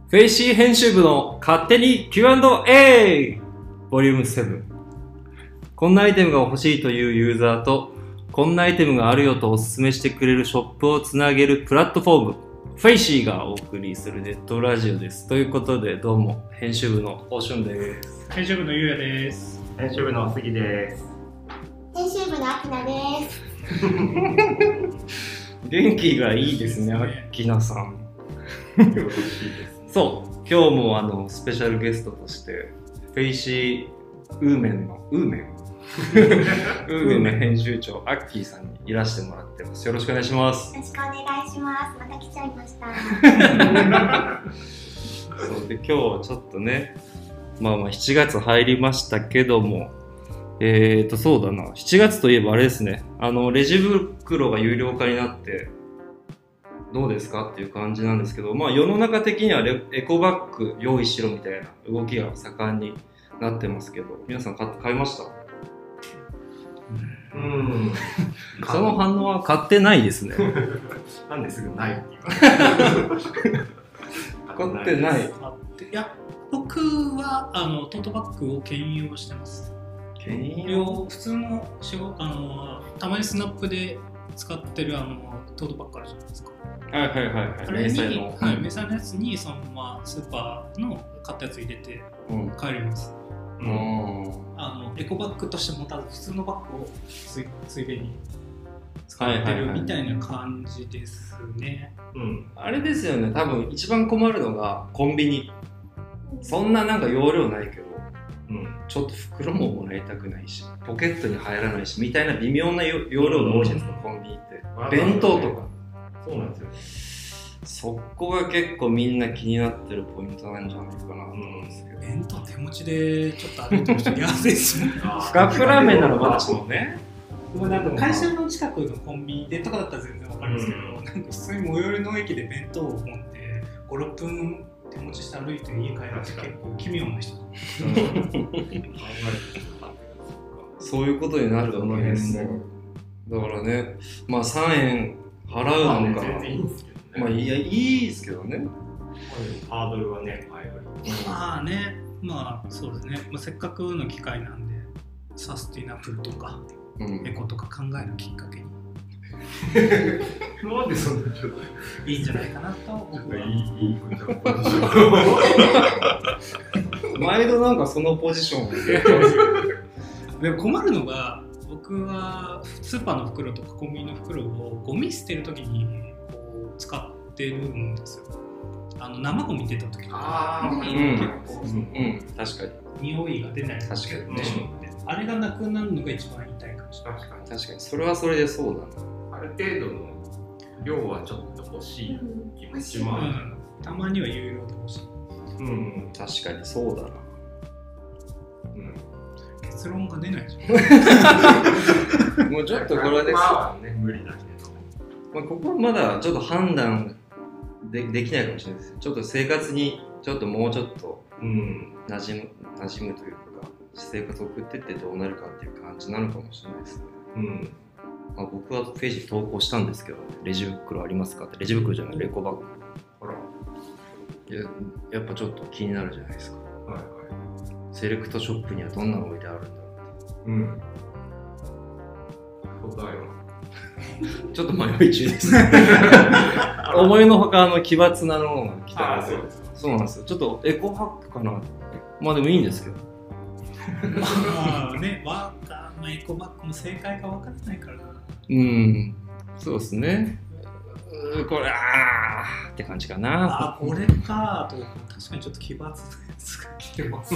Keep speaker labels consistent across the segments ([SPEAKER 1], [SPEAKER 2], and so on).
[SPEAKER 1] フェイシー編集部の勝手に Q&A! ボリューム7。こんなアイテムが欲しいというユーザーと、こんなアイテムがあるよとお勧めしてくれるショップをつなげるプラットフォーム、フェイシーがお送りするネットラジオです。ということで、どうも、編集部のオシュンです。
[SPEAKER 2] 編集部のゆうやです。
[SPEAKER 3] 編集部の杉です。
[SPEAKER 4] 編集部のあきなです。
[SPEAKER 1] 元気がいいですね、あきなさん。
[SPEAKER 3] よろしいです。
[SPEAKER 1] そう、今日もスペシャルゲストとして、フェイシーウーメンの編集長アッキーさんにいらしてもらってます。よろしくお願いします。
[SPEAKER 4] よろしくお願いします。また来ちゃいました。
[SPEAKER 1] そうで、今日はちょっとね、7月入りましたけども、そうだな、7月といえばあれですね、レジ袋が有料化になってどうですかっていう感じなんですけど、世の中的にはエコバッグ用意しろみたいな動きが盛んになってますけど、皆さん買いました？その反応は買ってないですね。
[SPEAKER 3] なんですぐないって言
[SPEAKER 1] 買ってない。
[SPEAKER 2] いや、僕はトートバッグを兼用してます。
[SPEAKER 1] 兼
[SPEAKER 2] 用？普通のたまにスナップで使ってるトートバッグあるじゃないですか。
[SPEAKER 1] はい。
[SPEAKER 2] あれに迷彩のやつにそのままスーパーの買ったやつ入れて帰ります。エコバッグとしてもただ普通のバッグをついでに使ってるみたいな感じですね。
[SPEAKER 1] あれですよね、多分一番困るのがコンビニ。そんななんか容量ないけど、ちょっと袋ももらいたくないし、ポケットに入らないしみたいな微妙な容量が多いじゃないですか、コンビニって。弁当とか。
[SPEAKER 3] そうなんですよ。
[SPEAKER 1] そこが結構みんな気になってるポイントなんじゃないかなと思うんですけど。
[SPEAKER 2] 弁当手持ちでちょっと歩いてる人嫌ですよね。
[SPEAKER 1] カップラーメンならまだしもね。
[SPEAKER 2] でもなんか会社の近くのコンビニでとかだったら全然わかるんですけど、なんか普通に最寄りの駅で弁当を持って5、6分手持ちして歩いて家帰るって結構奇妙な人。
[SPEAKER 1] そういうことになるわけですよ。だからね、3円払うのか。いいですけどね。
[SPEAKER 3] ハードルはね、
[SPEAKER 2] そうですね。せっかくの機会なんで、サスティナブルとか、エコとか考えるきっかけに。
[SPEAKER 3] なんでそんなちょっと
[SPEAKER 2] いいんじゃないかなと僕は。
[SPEAKER 3] いい
[SPEAKER 1] 毎度なんかそのポジション
[SPEAKER 2] でも困るのが、僕はスーパーの袋とかコンビニの袋をゴミ捨てるときにこう使ってるんですよ。生ゴミ出たときとか
[SPEAKER 1] 確か
[SPEAKER 2] に匂いが出ないでしょうね。あれがなくなるのが一番痛いかもしれない。
[SPEAKER 1] 確かにそれはそれでそうだな。
[SPEAKER 3] ある程度の量はちょっと欲しい気持ちもある。
[SPEAKER 2] たまには有料で欲しい。
[SPEAKER 1] 確かにそうだな。
[SPEAKER 2] 結論が出ないじ
[SPEAKER 1] ゃん。もうちょっとこれです
[SPEAKER 3] ね、無理だけど。
[SPEAKER 1] ここはまだちょっと判断できないかもしれないです。ちょっと生活にもうちょっと馴染むというか、生活を送ってってどうなるかっていう感じなのかもしれないですね。僕はフェイシー投稿したんですけど、レジ袋ありますかって。レジ袋じゃない、エコバッグ。やっぱちょっと気になるじゃないですか。セレクトショップにはどんなの置いてあるんだろうって。
[SPEAKER 3] そうだよ。
[SPEAKER 1] ちょっと迷い中です。思いのほか奇抜なものが来たんですよ。そうなんですよ。ちょっとエコバッグかなって。でもいいんですけど。
[SPEAKER 2] エコバッグも正解か分からないからな。
[SPEAKER 1] そうですね。これって感じかな。
[SPEAKER 2] これかと確かにちょっと奇抜なやつが来てます。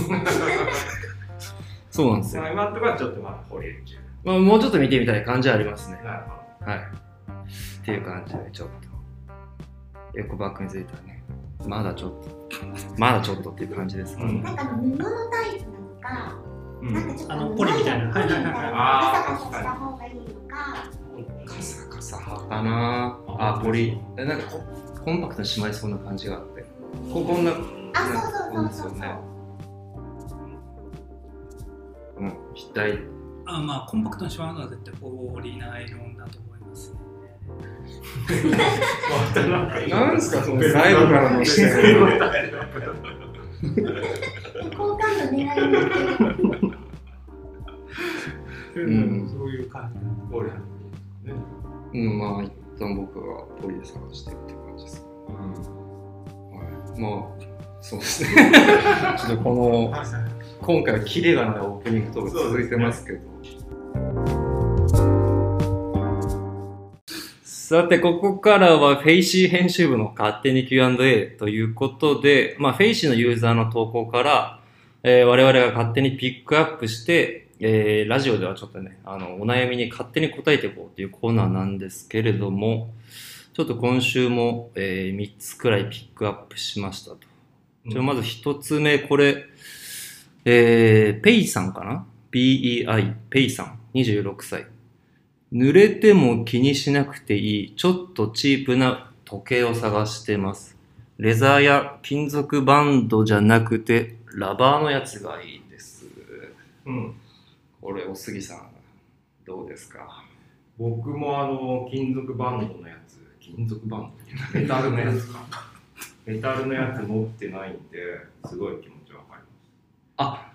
[SPEAKER 1] そうなんですよ。
[SPEAKER 3] 今のところはちょっと掘り中。
[SPEAKER 1] もうちょっと見てみたい感じはありますね。
[SPEAKER 3] はい。
[SPEAKER 1] っていう感じでちょっとエコバッグについてはね、まだちょっとっていう感じですかね。
[SPEAKER 4] なんか布のタイプなのか、なんかちょっと
[SPEAKER 2] ポリみたいな、
[SPEAKER 4] カサカサした方がいいのか。
[SPEAKER 1] カサカサ派かな。ポリなんかコンパクトにしまいそうな感じがあって、こんな
[SPEAKER 4] そう。
[SPEAKER 1] 筆体。
[SPEAKER 2] コンパクトにしまうのは絶対ポリナイロンだと思いますね。
[SPEAKER 1] なんすかその外部からの視点。
[SPEAKER 4] 好感度狙いになってる。
[SPEAKER 2] そういう感じ。
[SPEAKER 1] まあ一旦僕はポリで探してっていう感じです。まあそうですね。ちょっとこの今回はキレがないオープニングトーク続いてますけど。さてここからはフェイシー編集部の勝手に Q&A ということで、フェイシーのユーザーの投稿から、我々が勝手にピックアップして、ラジオではちょっとね、お悩みに勝手に答えていこうというコーナーなんですけれども、ちょっと今週も、3つくらいピックアップしましたと。まず1つ目、これ、ペイさんかな ?PEI、ペイさん、26歳。濡れても気にしなくていい、ちょっとチープな時計を探してます。レザーや金属バンドじゃなくて、ラバーのやつがいいです。これ、おすぎさん、どうですか？
[SPEAKER 3] 僕も金属バンドのやつ、金属バンドメタルのやつか。メタルのやつ持ってないんで、すごい気持ちわかります。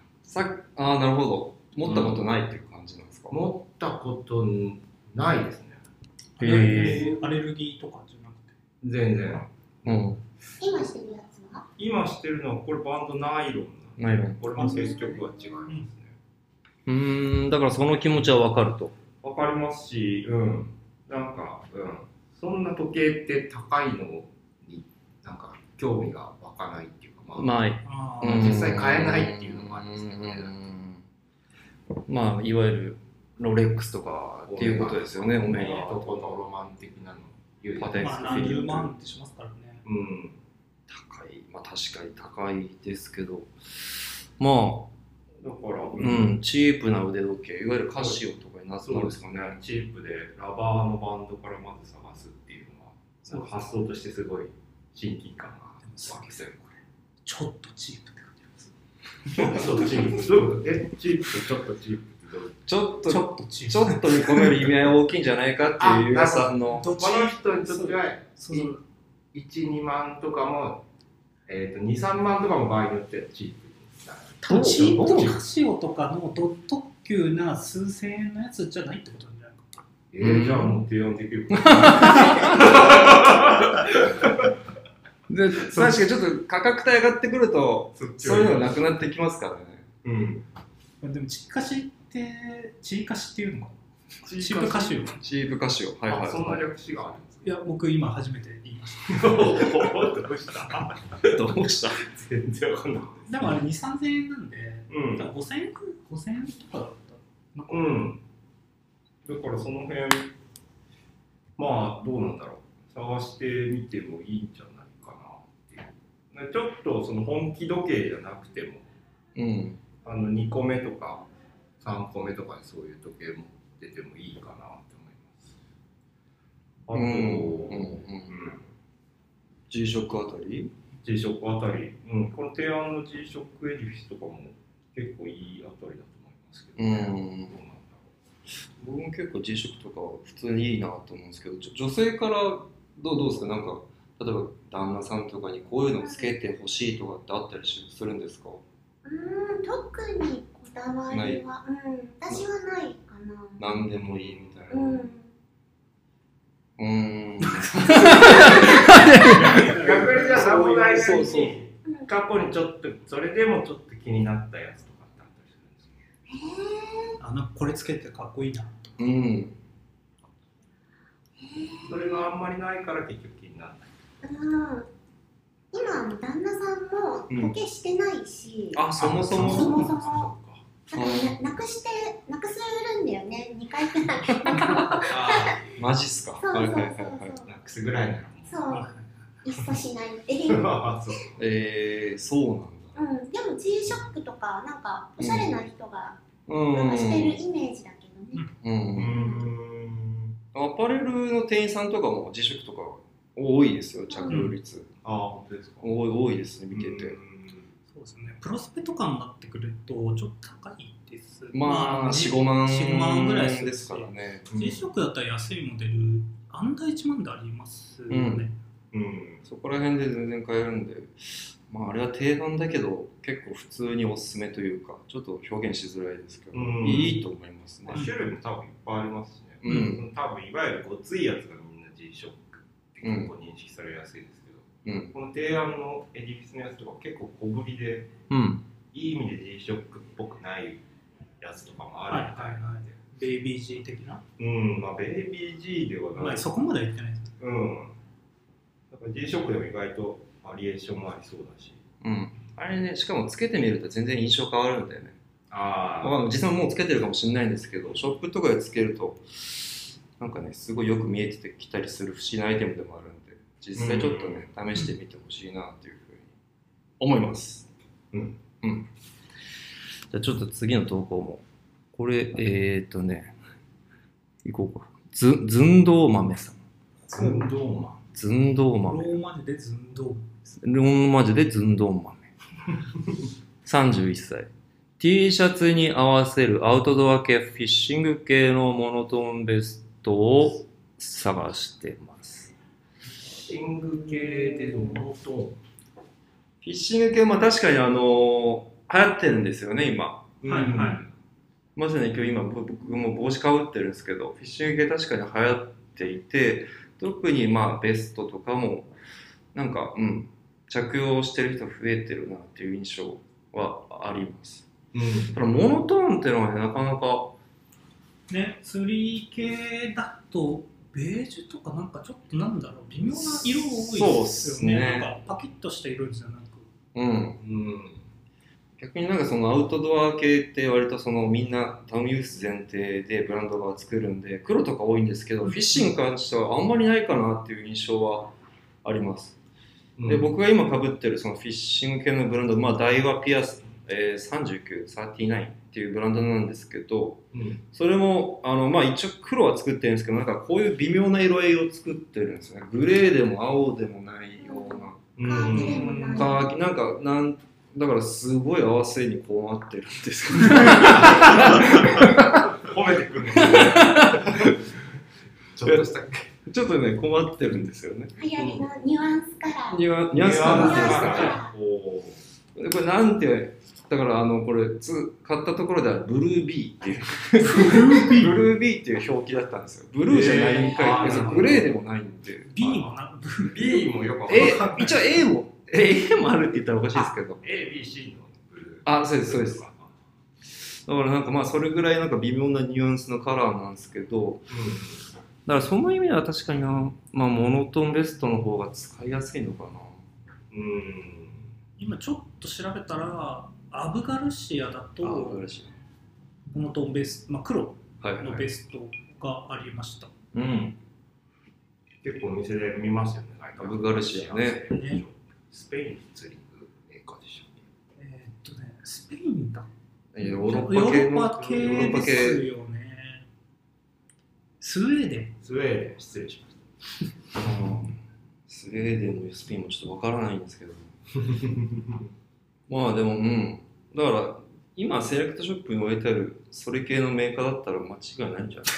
[SPEAKER 1] なるほど。持ったことないっていう感じなんですか？
[SPEAKER 3] 持ったことないですね。
[SPEAKER 2] アレルギーとかじゃなくて
[SPEAKER 3] 全然。
[SPEAKER 4] 今してるやつは？
[SPEAKER 3] 今してるのはこれバンドナイロン
[SPEAKER 1] ナイロン。
[SPEAKER 3] これも接触は違います
[SPEAKER 1] ね。だからその気持ちはわかると。
[SPEAKER 3] わかりますし、なんか、そんな時計って高いのになんか興味が湧かないっていうか、実際買えないっていうのもあるんですけどね。
[SPEAKER 1] いわゆるロレックスとかっていうことですよね、お目に。
[SPEAKER 3] このロマン的なの。
[SPEAKER 1] パテンス
[SPEAKER 2] 何十万ってしますからね。
[SPEAKER 1] 高い。確かに高いですけど。
[SPEAKER 3] だから、
[SPEAKER 1] チープな腕時計、いわゆるカシオとかになったんですかね。
[SPEAKER 3] チープでラバーのバンドからまず探すっていうのは、発想としてすごい親近感があるんですよ。
[SPEAKER 2] ちょっとチープって感じます。
[SPEAKER 3] ちょっとチープ。チープとちょっとチープ。
[SPEAKER 1] ちょっと見込める意味合い大きいんじゃないかっていうユーさんの。
[SPEAKER 3] この人にとっては1、2万とかも、2、3万とかも場合によってはチープ。
[SPEAKER 2] チープカシオとかの特急な数千円のやつじゃないってことなんじゃないか。
[SPEAKER 3] じゃあもう提案できる。
[SPEAKER 1] で確かにちょっと価格帯上がってくるとそういうのがなくなってきますからね。
[SPEAKER 2] でもチーカシっていうのかな。チープカシオ。
[SPEAKER 1] チープカシオ。はいはい。
[SPEAKER 3] そんな略詞があるんですか？
[SPEAKER 2] いや、僕今初めて言いました。
[SPEAKER 1] どうした
[SPEAKER 3] 全然わかんない。
[SPEAKER 2] でもあれ2、3000円なんで、5000円とかだった。
[SPEAKER 3] だからその辺、どうなんだろう。探してみてもいいんじゃないかなっていう。ちょっとその本気時計じゃなくても、2個目とか3個目とかでそういう時計持っててもいいかなと思います。
[SPEAKER 1] G-SHOCK あたり
[SPEAKER 3] G-SHOCK あたり、この提案の G-SHOCK エディフィスとかも結構いいあたりだと思いますけどね。どうなんだろう。
[SPEAKER 1] 僕も結構 G-SHOCK とか普通にいいなと思うんですけど、女性からどうですか？なんか例えば旦那さんとかにこういうのつけてほしいとかってあったりするんですか？
[SPEAKER 4] 特にこだわりは、私はないかな。
[SPEAKER 1] 何でもいいみたいな。
[SPEAKER 3] 逆にじゃあそう過去にちょっとそれでもちょっと気になったやつとかってあったりするんですか？
[SPEAKER 2] なんかこれつけてかっこいいな。
[SPEAKER 3] それがあんまりないから結局気にならない。
[SPEAKER 4] 今旦那さんも時計してないし、
[SPEAKER 1] そもそも
[SPEAKER 4] なくするんだよね、2回くらい。
[SPEAKER 1] マジっすか？
[SPEAKER 4] そう
[SPEAKER 3] なくすぐらいなら
[SPEAKER 4] そう、いっそしないっていう。
[SPEAKER 1] そうなんだ。
[SPEAKER 4] でも G-SHOCK とかなんかおしゃれな人がなんかしてるイメージだけどね。
[SPEAKER 1] アパレルの店員さんとかも G-SHOCK とか多いですよ、着用率。
[SPEAKER 3] 本当ですか？
[SPEAKER 1] 多いですね、見てて。
[SPEAKER 2] そうですね。プロスペとかになってくるとちょっと高いディス。
[SPEAKER 1] まあ、4、5万
[SPEAKER 2] 4、5万ぐらい
[SPEAKER 1] ですからね。
[SPEAKER 2] G-SHOCK だったら安いモデル、アンダー1万でありますよね。
[SPEAKER 1] そこら辺で全然買えるんで、まあ、あれは定番だけど、結構普通におすすめというか、ちょっと表現しづらいですけど、いいと思いますね。
[SPEAKER 3] 種類も多分いっぱいありますしね。多分いわゆるごついやつがみんな G-SHOCK って結構認識されやすいですけど、この提案のエディフィスのやつとか結構小ぶりで、いい意味で G-SHOCK っぽくないやつとかもあるみたいな。
[SPEAKER 2] ベイビー G 的な？
[SPEAKER 3] まあベイビー G ではない。
[SPEAKER 2] まあそこまではいってないです。
[SPEAKER 3] だから G-SHOCK でも意外とバリエーションもありそうだし。
[SPEAKER 1] あれね、しかもつけてみると全然印象変わるんだよね。実際もうつけてるかもしれないんですけど、ショップとかでつけると、なんかね、すごいよく見えてきたりする不思議なアイテムでもあるんで、実際ちょっとね、試してみてほしいなというふうに思います。じゃあちょっと次の投稿も。これ、いこうか。ずんどう豆さん。
[SPEAKER 3] ずんどう豆。
[SPEAKER 2] ずんどう豆。ローマ字でずんどう豆。
[SPEAKER 1] ローマ字でずんどう豆。31歳。T シャツに合わせるアウトドア系、フィッシング系のモノトーンベストを探してます。
[SPEAKER 3] フィッシング系でモノトーン。フ
[SPEAKER 1] ィッシング系、まあ確かに流行ってるんですよね、今。まさに今日僕も帽子かぶってるんですけど、フィッシング系確かに流行っていて、特にまあベストとかも、なんか、着用してる人増えてるなっていう印象はあります。ただモノトーンっていうのはね、なかなか
[SPEAKER 2] ね、釣り系だとベージュとかなんかちょっとなんだろう、微妙な色多いですよね。なんかパキッとした色じゃなく。
[SPEAKER 1] 逆になんかそのアウトドア系って割とそのみんなタウンユース前提でブランドが作るんで黒とか多いんですけど、フィッシングに関してはあんまりないかなっていう印象はあります。で僕が今被ってるそのフィッシング系のブランド、まあダイワピアス、39っていうブランドなんですけど、それもまあ一応黒は作ってるんですけど、なんかこういう微妙な色合いを作ってるんですね。グレーでも青でもないような、カーキなんかだからすごい合わせに困ってるんですよね。
[SPEAKER 3] 褒めてくるんですね。ちょっとしたっけ？
[SPEAKER 1] ちょっとね困ってるんですよね。
[SPEAKER 4] 流行りのニュアンスカラー。
[SPEAKER 1] ニュアンスカラーっていうんですかね。これなんてだからこれ買ったところではブルービーっていうブルービーっていう表記だったんですよ。ブルーじゃないんかい。グレーでもないんで。
[SPEAKER 2] B もな。
[SPEAKER 3] B もよくわかんない。
[SPEAKER 1] 一応 A もあるって言ったらおかしいですけど。
[SPEAKER 3] A、B、C のブル
[SPEAKER 1] ー。そうです、そうです。だからなんかまあそれぐらいなんか微妙なニュアンスのカラーなんですけど、だからその意味では確かにな、まあモノトーンベストの方が使いやすいのかな。
[SPEAKER 2] 今ちょっと調べたら、アブガルシアだとモノトーンベスト、まあ黒のベストがありました。
[SPEAKER 3] 結構お店で見ますよね。
[SPEAKER 1] アブガルシアね。
[SPEAKER 3] スペインのツーリングメーカーでしょ。
[SPEAKER 2] スペインだ。
[SPEAKER 1] ヨーロッパ系
[SPEAKER 2] ですよね。スウェーデン。
[SPEAKER 3] 失礼し
[SPEAKER 1] ました。スウェーデンの SP もちょっとわからないんですけど。まあでもだから今セレクトショップに置いてあるそれ系のメーカーだったら間違いないんじゃ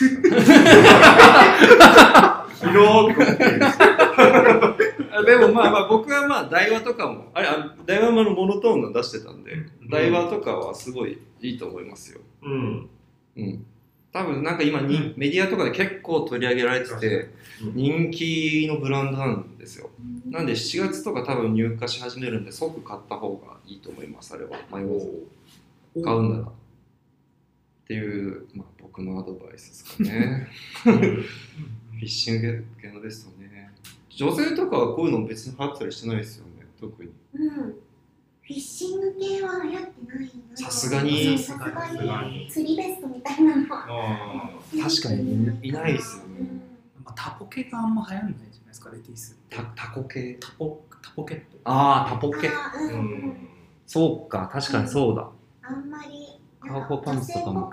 [SPEAKER 1] ないですか。
[SPEAKER 3] 広く
[SPEAKER 1] でもまあ僕はまあダイワとかもダイワのモノトーンの出してたんで、ダイワとかはすごいいいと思いますよ。多分なんか今にメディアとかで結構取り上げられてて人気のブランドなんですよ。なんで7月とか多分入荷し始めるんで即買った方がいいと思います。あれは迷わず買うんだなっていう、まあ、僕のアドバイスですかね。フィッシング系のベストね。女性とかはこういうの別に流行ったりしてないですよね、特に。
[SPEAKER 4] フィッシング系は流行ってないな。
[SPEAKER 1] さすがに
[SPEAKER 4] 釣りベストみたいなの
[SPEAKER 1] は確かにいないですよね。
[SPEAKER 2] タポ系があんま流行んないじゃないですか、レティース。
[SPEAKER 1] タコ系？
[SPEAKER 2] タポケット。
[SPEAKER 1] タポケ。そうか、確かにそうだ。
[SPEAKER 4] あんまり
[SPEAKER 1] カーゴパンツとかも。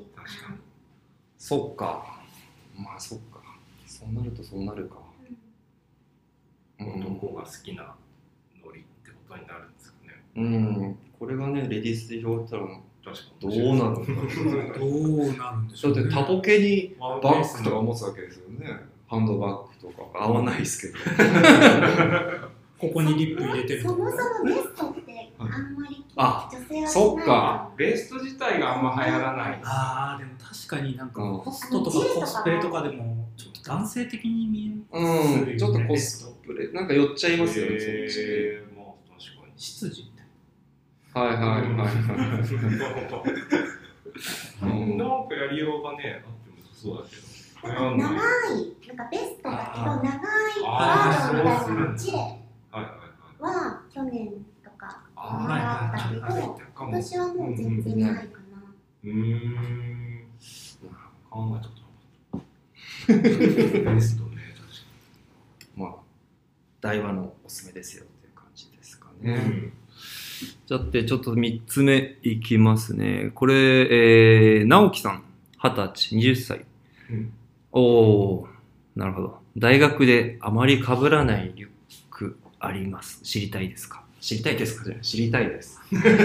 [SPEAKER 1] そうか。まあそうか。そうなるとそうなるか。
[SPEAKER 3] 男が好きなノリってことになるんですかね。
[SPEAKER 1] これがね、レディースで表ったらどうなるのか。
[SPEAKER 2] どうなるんでしょうね。
[SPEAKER 1] だってタポケにバッグとか持つわけですよね。ハンドバッグとか合わないですけど。
[SPEAKER 2] ここにリップ入れてる。
[SPEAKER 4] そもそもベストってあんまり
[SPEAKER 1] あ、
[SPEAKER 4] 女性は
[SPEAKER 1] そっか。
[SPEAKER 3] ベスト自体があんま流行らない。
[SPEAKER 2] ああ、でも確かになんかコストとかコスプレとかでもちょっと男性的に見えますよね。
[SPEAKER 1] ちょっとコスプレなんか寄っちゃいますよね。そっち。
[SPEAKER 3] まあ確かに。
[SPEAKER 2] 執事みたい
[SPEAKER 1] はいはいはい。
[SPEAKER 3] なんかやりようがね、あってもそうだけど。
[SPEAKER 4] 長い、なんかベストだけど、長いバージョンみたいなのチレは去年とかもらったけど、今年はもう全然ないかな。
[SPEAKER 3] 考えたことなかった。ベストね、確かに。
[SPEAKER 1] まあ、台湾のおすすめですよっていう感じですかね。じゃあちょっと3つ目いきますね。これ、直樹さん、20歳、20歳。おー、なるほど。大学であまり被らないリュックあります。知りたいですか？知りたいですかじゃない、知りたいです。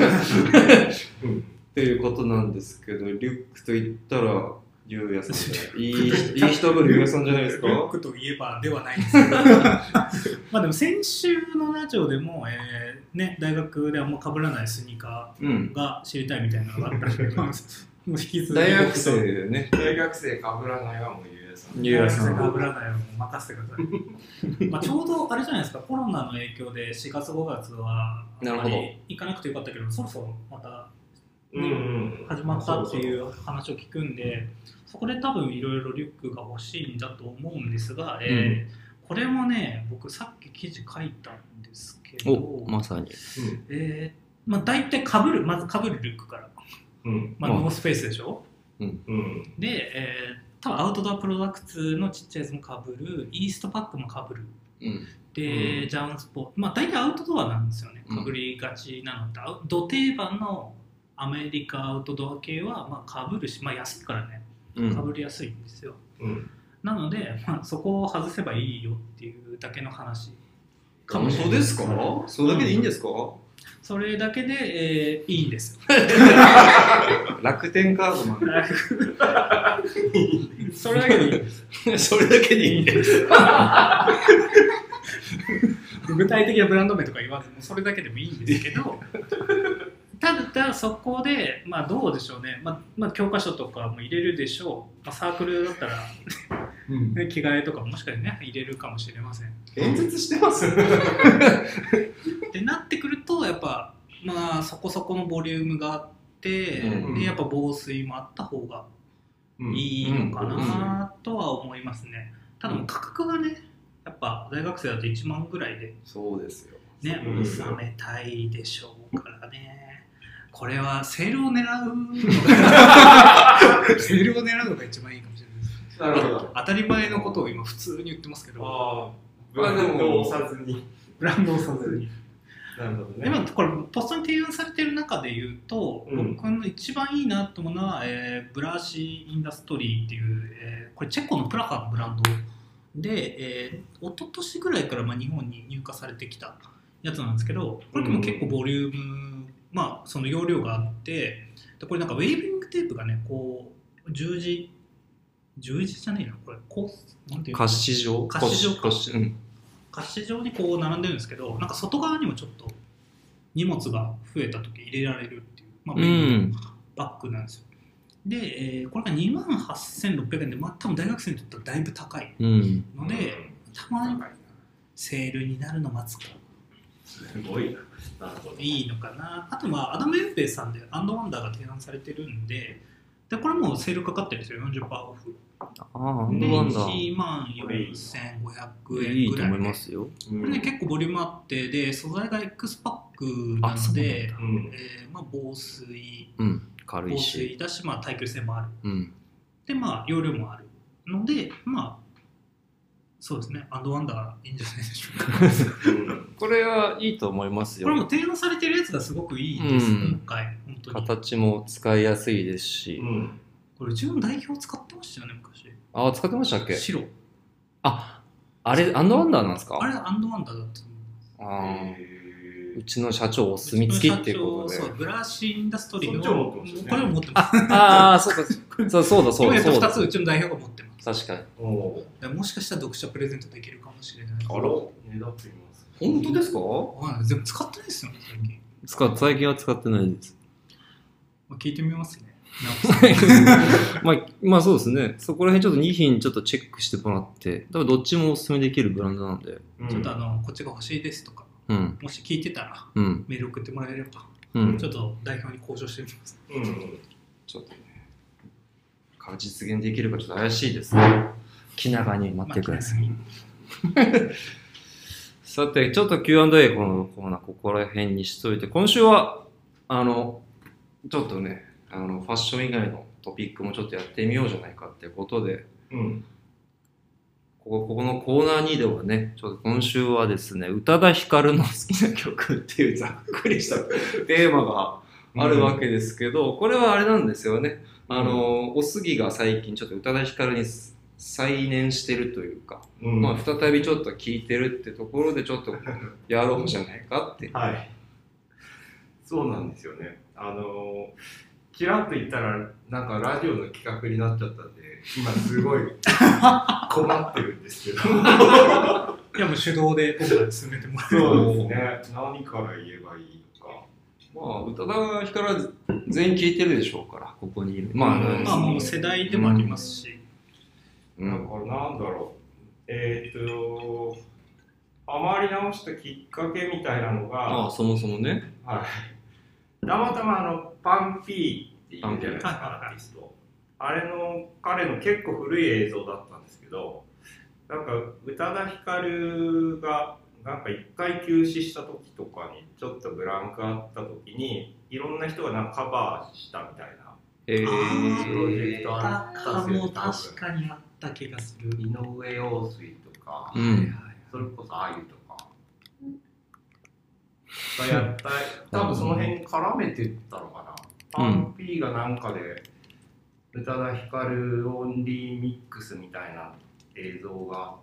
[SPEAKER 1] っていうことなんですけど、リュックと言ったら、ゆうやさんで。いい人ぶるゆうやさんじゃないですか？
[SPEAKER 2] リュックといえばではないですけど。まあでも先週のラジオでも、ね、大学であんま被らないスニーカーが知りたいみたいなのがあったりします。もう引き続き
[SPEAKER 1] 大学生でね。
[SPEAKER 3] 大学生被らないはもうゆうやさん。
[SPEAKER 2] 大学生被らないはもう任せてください。まあちょうどあれじゃないですか、コロナの影響で4月5月はあんまり行かなくてよかったけど、そろそろまた、始まったっていう話を聞くんで、そこで多分いろいろリュックが欲しいんだと思うんですが、これもね、僕さっき記事書いたんですけど、
[SPEAKER 1] まさに。
[SPEAKER 2] まあ大体まず被るリュックから。まあノースペースでしょ。で、多分アウトドアプロダクツのちっちゃいやつも被る、イーストパックも被る。で、ジャンスポ、まあ大体アウトドアなんですよね。被りがちなのって、ド定番のアメリカアウトドア系はまあ被るし、まあ安いからね、被りやすいんですよ。なので、まあ、そこを外せばいいよっていうだけの話かもしれない。
[SPEAKER 1] 本当ですか？それだけでいいんですか？
[SPEAKER 2] それだけで、いいんです。
[SPEAKER 1] 楽天カードマン。
[SPEAKER 2] それだけでいいんです。
[SPEAKER 1] それだけでいいんです。
[SPEAKER 2] 具体的なブランド名とか言わずに、それだけでもいいんですけど、ただそこで、まあどうでしょうね、まあ教科書とかも入れるでしょう。まあ、サークルだったら、着替えとかもしかしてね、入れるかもしれません。
[SPEAKER 1] 演説してます
[SPEAKER 2] ってなってくると、やっぱ、まあそこそこのボリュームがあって、でやっぱ防水もあった方がいいのかなとは思いますね。ただ価格がね、やっぱ大学生だと1万ぐらいで、
[SPEAKER 1] そうですよ。
[SPEAKER 2] ね、収めたいでしょうからね。これはセールを狙うセールを狙うのが一番いいかもしれないです。
[SPEAKER 3] なるほど。
[SPEAKER 2] 当たり前のことを今普通に言ってますけど、
[SPEAKER 3] ブランドを押さずに。
[SPEAKER 2] ブランドを押さずに。
[SPEAKER 3] なるほどね。
[SPEAKER 2] 今これポストに提案されている中で言うと、僕の一番いいなと思うのは、ブラシインダストリーっていう、これチェコのプラハのブランドで、一昨年ぐらいから日本に入荷されてきたやつなんですけど、これでも結構ボリューム、まあその容量があって、でこれなんかウェービングテープがね、こう十字じゃねえな、これこうなんていうの、
[SPEAKER 1] カッシ状
[SPEAKER 2] カッシ状にこう並んでるんですけど、なんか外側にもちょっと荷物が増えた時入れられるっていう、まあ、便利なバッグなんですよ。で、これが28,600円で、まあ、多分大学生にとってはだいぶ高いので、たまにセールになるの待つか。
[SPEAKER 3] すごいな。
[SPEAKER 2] いいのかな。あとアダム・エンペイさんでアンドワンダーが提案されてるんで、これもセールかかってるんですよ、40%オフ。
[SPEAKER 1] アンドワンダー。
[SPEAKER 2] 14,500円ぐらい。
[SPEAKER 1] いいと思いますよ。
[SPEAKER 2] これね、結構ボリュームあって、で、素材が X パックなので、まあ防水、
[SPEAKER 1] 軽いし。
[SPEAKER 2] 防水だし、まあ耐久性もあ
[SPEAKER 1] る。
[SPEAKER 2] で、まあ容量もあるので、まあ、そうですね、アンドワンダーいいんじゃないでしょうか。
[SPEAKER 1] これはいいと思いますよ。
[SPEAKER 2] これも提案されてるやつがすごくいいです、今回。本当に
[SPEAKER 1] 形も使いやすいですし。
[SPEAKER 2] これうちの代表使ってましたよね、昔。
[SPEAKER 1] あ、使ってましたっけ？
[SPEAKER 2] 白。
[SPEAKER 1] あれ、アンドワンダーなんですか？
[SPEAKER 2] あれ、アンドワンダーだったと思います。
[SPEAKER 1] うちの社長お墨付きっていうことで。
[SPEAKER 2] そう、ブラシインダストリーの、
[SPEAKER 3] こ
[SPEAKER 2] れも持ってます。
[SPEAKER 1] ああ、そうか。そうだ。
[SPEAKER 2] 2つうちの代表が持ってます。
[SPEAKER 1] 確かに。
[SPEAKER 2] もしかしたら読者プレゼントできるかもしれない。
[SPEAKER 3] あら、ねだってみます。
[SPEAKER 1] 本当ですか？
[SPEAKER 2] 全部使ってないですよね、最近。
[SPEAKER 1] 最近は使ってないです。
[SPEAKER 2] 聞いてみますね。
[SPEAKER 1] まあそうですね。そこら辺ちょっと2品ちょっとチェックしてもらって、多分どっちもおすすめできるブランドなんで。
[SPEAKER 2] ちょっとこっちが欲しいですとか、もし聞いてたら、メール送ってもらえれば、ちょっと代表に交渉してみます。
[SPEAKER 1] ちょっとね、実現できるかちょっと怪しいですね。気長に待ってください。さて、ちょっと Q&A このコーナーここら辺にしといて、今週は、ちょっとね、ファッション以外のトピックもちょっとやってみようじゃないかってことで、ここのコーナー2ではね、ちょっと今週はですね、宇多田ヒカルの好きな曲っていうざっくりしたテーマがあるわけですけど、これはあれなんですよね。おすぎが最近ちょっと宇多田ヒカルに再燃してるというか、まあ再びちょっと聴いてるってところでちょっとやろうじゃないかって。
[SPEAKER 3] はい。そうなんですよね。ちらっと言ったらなんかラジオの企画になっちゃったんで、今すごい困ってるんですけど。い
[SPEAKER 2] やもう手動で今回進めてもらう。
[SPEAKER 3] そうですね。何から言えばいいのか。
[SPEAKER 1] まあ宇多田ヒカルは全員聴いてるでしょうから、ここにいる。ま
[SPEAKER 2] あもう世代でもありますし。
[SPEAKER 3] だからなんだろう。ハマり直したきっかけみたいなのが。
[SPEAKER 1] そもそもね。
[SPEAKER 3] はい。たまたまパンピーっていうじゃないですか、アーティスト。あれの彼の結構古い映像だったんですけど、なんか宇多田ヒカルがなんか一回休止した時とかにちょっとブランクあった時にいろんな人がなんかカバーしたみたいなプロジェクトあったんですよ。
[SPEAKER 2] 確かにあった気がする。
[SPEAKER 3] 井上陽水とか、それこそあゆとかがやった多分その辺に絡めてったのかな。パンピーがなんかで宇多田ヒカルオンリーミックスみたいな映像があって、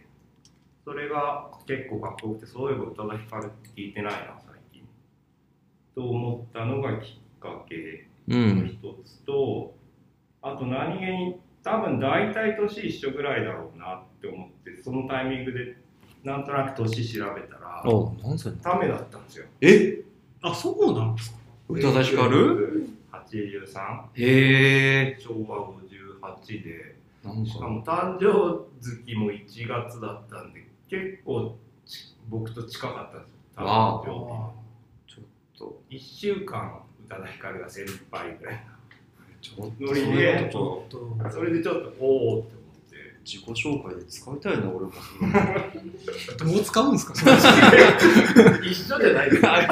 [SPEAKER 3] それが結構かっこよくて、そういえば宇多田ヒカルって聞いてないな最近と思ったのがきっかけの一つと、あと何気に多分大体年一緒ぐらいだろうなって思って、そのタイミングでなんとなく年調べたらタメだったんですよ。
[SPEAKER 2] あ、そうなんですか。
[SPEAKER 1] 宇多田ヒカル
[SPEAKER 3] 83。
[SPEAKER 1] へえ。
[SPEAKER 3] 昭和58で、しかも誕生月も1月だったんで、結構僕と近かったんですよ。誕生日。ちょっと1週間宇多田ヒカルが先輩ぐらいなノリで、それでちょっとおおって思って。
[SPEAKER 1] 自己紹介で使いたいな俺も。
[SPEAKER 2] どう使うんですか。
[SPEAKER 3] 一緒じゃないですか。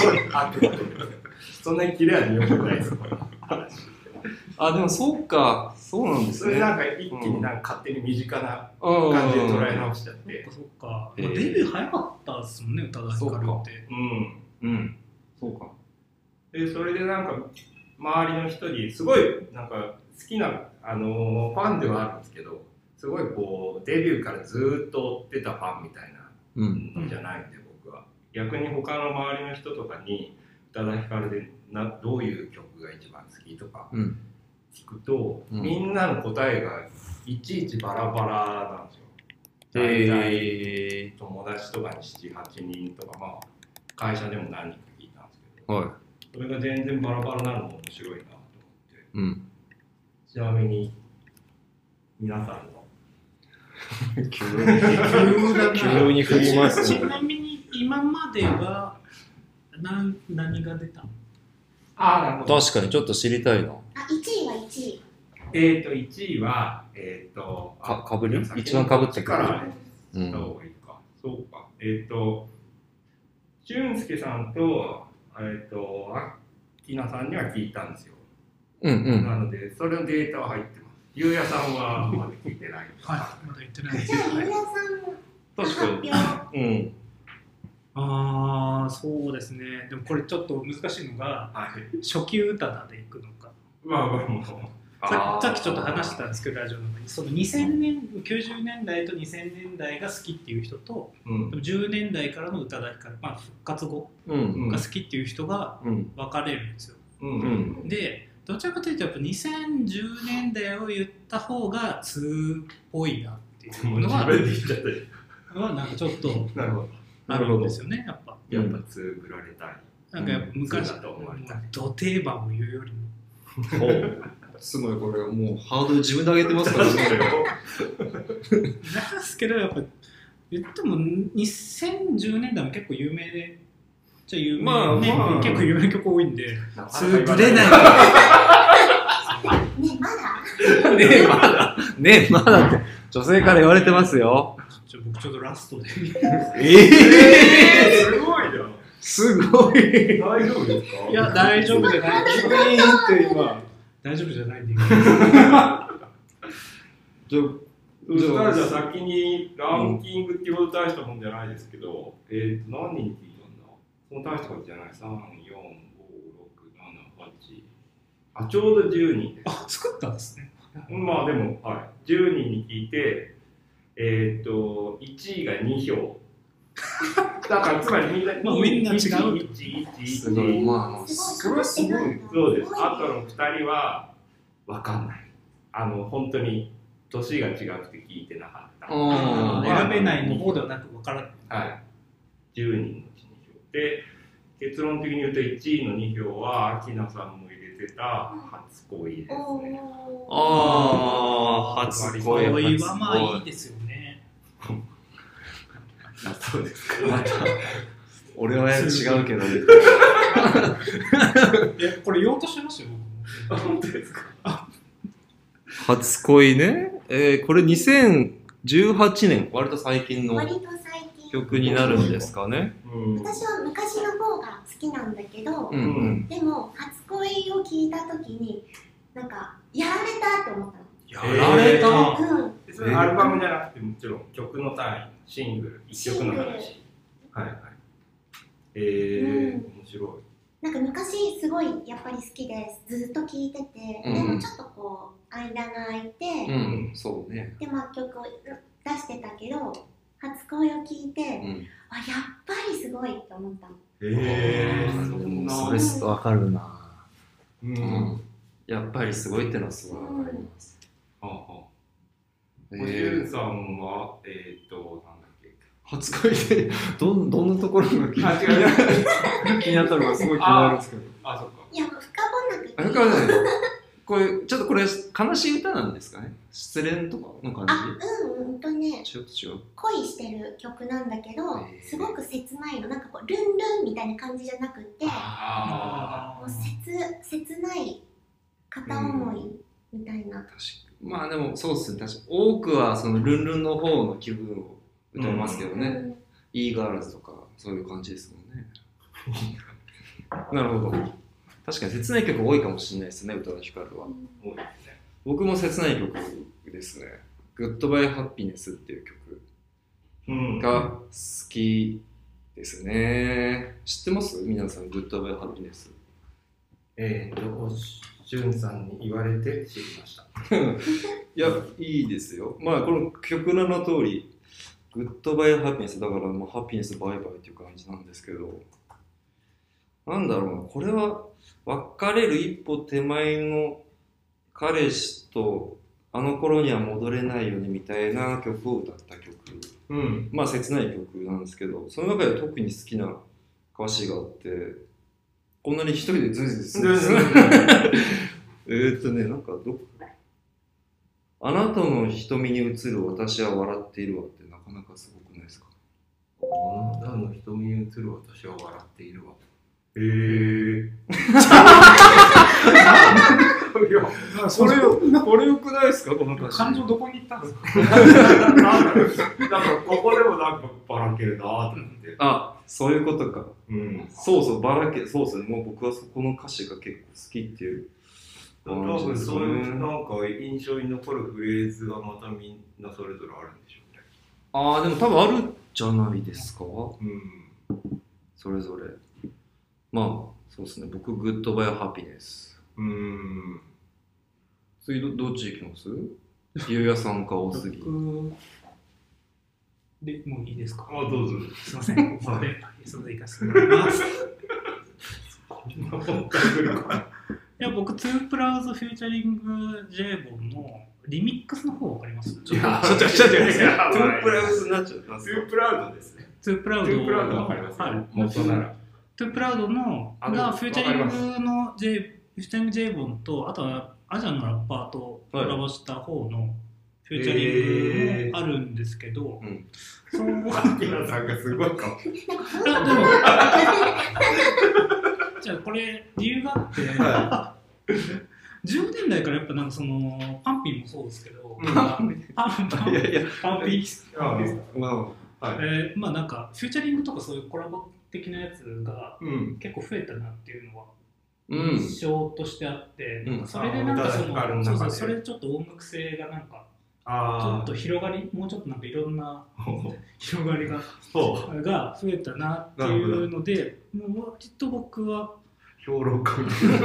[SPEAKER 3] そんなに綺麗に良くないです。
[SPEAKER 1] あ、でもそうか、そうなんですね。
[SPEAKER 3] それなんか一気になんか勝手に身近な感じで捉え直しちゃって。
[SPEAKER 2] そっか。デビュー早かったですもんね、宇多田ヒカルって。
[SPEAKER 1] そうか。
[SPEAKER 3] でそれでなんか周りの人にすごいなんか好きなファンではあるんですけど、すごいこうデビューからずっと追ってたファンみたいなのじゃないんで、僕は逆に他の周りの人とかに宇多田ヒカルでどういう曲が一番好きとか聞くと、みんなの答えがいちいちバラバラなんですよ。大体友達とかに 7,8 人とか、まあ会社でも何人か聞いたんですけど、それが全然バラバラなのも面白いなと思って。ちなみに皆さんの
[SPEAKER 1] 急に振りますね。
[SPEAKER 2] ちなみに今までは何が出たの？
[SPEAKER 3] なるほど。
[SPEAKER 1] 確かにちょっと知りたいな。
[SPEAKER 4] 1位は1位。
[SPEAKER 3] 1位は
[SPEAKER 1] かぶり？一番かぶった曲。
[SPEAKER 3] そうか。俊介さんとアッキナさんには聞いたんですよ。なのでそれのデータは入ってます。ゆうやさんはまだ聞いてない。
[SPEAKER 2] はい、まだ言ってない。
[SPEAKER 4] じゃあゆうやさん確かに。
[SPEAKER 2] そうですね。でもこれちょっと難しいのが、初級宇多田でいくのか。 さっきちょっと話してたんですけど、ラジオの中にその2000年90年代と2000年代が好きっていう人と、10年代からの宇多田ヒカル、復活後が好きっていう人が分かれるんですよ。でどちらかというとやっぱ2010年代を言った方が2っぽいなっていうのはなんかちょっとあるんですよね。やっぱ
[SPEAKER 3] 2ぶられたい。
[SPEAKER 2] なんかやっぱ昔ド定番を言うよりも
[SPEAKER 1] すごい、これもうハードル自分で上げてますからね。
[SPEAKER 2] なんですけど、やっぱ言っても2010年代も結構有名で、じゃあ有名、結構有名曲多いんで、ぶれない。ね
[SPEAKER 1] まだって女性から言われてますよ。
[SPEAKER 2] 僕ちょっとラストで。
[SPEAKER 3] すごいな。
[SPEAKER 1] すごい。
[SPEAKER 3] 大丈夫ですか？
[SPEAKER 2] いや、大丈夫じゃない。大丈夫じゃないんで。
[SPEAKER 3] じゃあ先にランキングっていうほど大したもんじゃないですけど、何人聞いたんだ？その大したことじゃない。3、4、5、6、7、8。ちょうど10人です。
[SPEAKER 2] 作ったんですね。
[SPEAKER 3] まあでも、10人に聞いて、1位が2票。だからつまりみんな
[SPEAKER 2] 違う。
[SPEAKER 3] すごい。それはすごい。そうです。あとの2人は分かんない。本当に年が違くて聞いてなかった。
[SPEAKER 2] 選べないの方ではなく分からない。
[SPEAKER 3] はい。10人のうち2票。で、結論的に言うと1位の2票は、アキナさんも入れてた初恋ですね。
[SPEAKER 1] 初恋
[SPEAKER 2] はまあいいですよね。
[SPEAKER 3] そうですか。
[SPEAKER 1] また俺は違うけどね。
[SPEAKER 2] これ言おうとしてますよ。
[SPEAKER 3] 本当ですか。
[SPEAKER 1] 初恋ね。これ2018年、割と最近の曲になるんですかね。
[SPEAKER 4] 私は昔の方が好きなんだけど、でも初恋を聞いた時になんかやられたって思ったの。
[SPEAKER 1] やられた。
[SPEAKER 3] それアルバムじゃなくてもちろん曲の単位、シングル、1曲の話。面白い。
[SPEAKER 4] なんか昔すごいやっぱり好きでずっと聴いてて、でもちょっとこう間が空いて、
[SPEAKER 1] そうね。
[SPEAKER 4] で曲を出してたけど初恋を聞いて、やっぱりすごいって思ったの。
[SPEAKER 1] それ分かるな。やっぱりすごいってのはすごい分かります。
[SPEAKER 3] おしゅんさんはなんだっけ、
[SPEAKER 1] 初恋でどんなところが気になったのがすごい気になるんですけど。
[SPEAKER 4] そっか。いや、深掘んなくていい。
[SPEAKER 1] 深掘んないの。これちょっとこれ悲しい歌なんですかね。失恋とかの感じ。ちょっと違う。
[SPEAKER 4] 恋してる曲なんだけど、すごく切ないの。なんかこうルンルンみたいな感じじゃなくて、もう切ない片思いみたいな。
[SPEAKER 1] まあでもそうですね。確か多くはそのルンルンの方の気分を歌いますけどね。イーガールズとかそういう感じですもんね。なるほど。確かに切ない曲多いかもしれないですね、宇多田ヒカルは。僕も切ない曲ですね。グッドバイハピネスっていう曲が好きですね。知ってます？皆さん、グッドバイハピネス。
[SPEAKER 3] しゅんさんに言われて知りました。
[SPEAKER 1] いや、いいですよ。まあ、この曲名の通り、グッドバイハピネスだから、ハピネスバイバイっていう感じなんですけど、なんだろうな、これは別れる一歩手前の彼氏とあの頃には戻れないよねみたいな曲を歌った曲、まあ切ない曲なんですけど、その中で特に好きな歌詞があって、こんなに一人でズズズズなんかあなたの瞳に映る私は笑っているわってなかなかすごくないですか？
[SPEAKER 3] あなたの瞳に映る私は笑っているわ。それよくないですか、この歌詞。
[SPEAKER 2] 感情どこに行ったんですか？
[SPEAKER 3] なんかここでもなんかばらけるなと思って。
[SPEAKER 1] そういうことか。そうばらけ、そうですね。もう僕はそこの歌詞が結構好きっていう。
[SPEAKER 3] 多分そういうなんか印象に残るフレーズがまたみんなそれぞれあるんでしょうね。
[SPEAKER 1] でも多分あるじゃないですか。それぞれ。まあそうですね。僕グッドバイハピネス。 次どっち行きます？ゆうやさんか大杉。
[SPEAKER 2] で、もういいですか？
[SPEAKER 3] どうぞ。
[SPEAKER 2] すいません。それ行かせてもらいます。いや、僕、トゥープラウズフューチャリング J ボンのリミックスの方わかります？
[SPEAKER 1] ちょっとトゥープラウズになっちゃった。
[SPEAKER 3] トゥープラウドですね。
[SPEAKER 2] トゥープラウド
[SPEAKER 3] わかります。
[SPEAKER 2] はい。
[SPEAKER 3] 元なら。
[SPEAKER 2] トゥープラウドのがフューチャリングのフューチャリング J ボンと、あとはアジアのラッパーとコラボした方のフューチャリングもあるんですけど、
[SPEAKER 3] アキラさんがすごいかも。
[SPEAKER 2] じゃあこれ理由があって、10年代からやっぱなんかそのパンピーもそうですけど、パンピーまあなんかフューチャリングとかそういうコラボ的なやつが結構増えたなっていうのは印象としてあって、それでなんかそれでちょっと音楽性がなんかちょっと広がり、もうちょっとなんかいろんな広がりが増えたなっていうので、もう割と僕は
[SPEAKER 3] 評論家みたい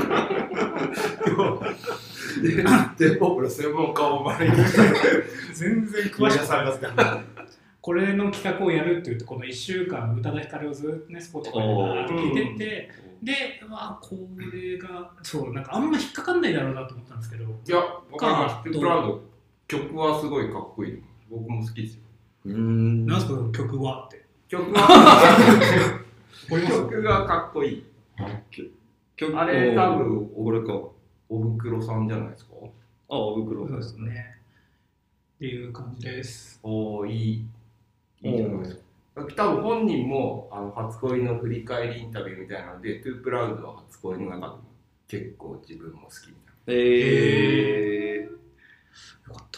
[SPEAKER 3] な。で、僕の専門家を招いて
[SPEAKER 2] 全然詳しくない。これの企画をやるって言って、この1週間、宇多田ヒカルをずっとね、スポーツとかで聞いてて、で、これが、そう、なんかあんま引っかかんないだろうなと思ったんですけど。
[SPEAKER 3] いや、わかります。プラウド、曲はすごいかっこいい。僕も好きですよ。
[SPEAKER 2] なんすか、曲はって。
[SPEAKER 3] 曲がかっこいい。あれ、多分、おぶくろさんじゃないですか。
[SPEAKER 1] おぶくろ
[SPEAKER 2] さんですね。っていう感じです。
[SPEAKER 3] いいじゃないですか。多分本人も初恋の振り返りインタビューみたいなので、トゥープラウドは初恋の中でも結構自分も好きみたいな。よかった。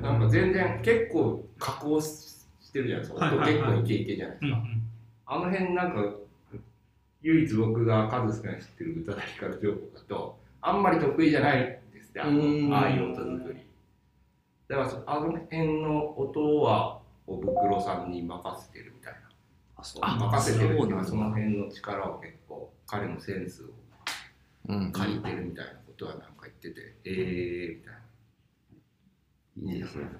[SPEAKER 3] なんか全然結構加工してるじゃないですか。結構イケイケじゃないですか。あの辺なんか唯一僕が数少ない知ってる宇多田ヒカル情報だとあんまり得意じゃないですね。ああいう音作り。だからあの辺の音はおぶくろさんに任せてるみたいな。任せてるっていうかその辺の力を結構彼のセンスを借りてるみたいなことはなんか言ってて、みたいな。いいですね。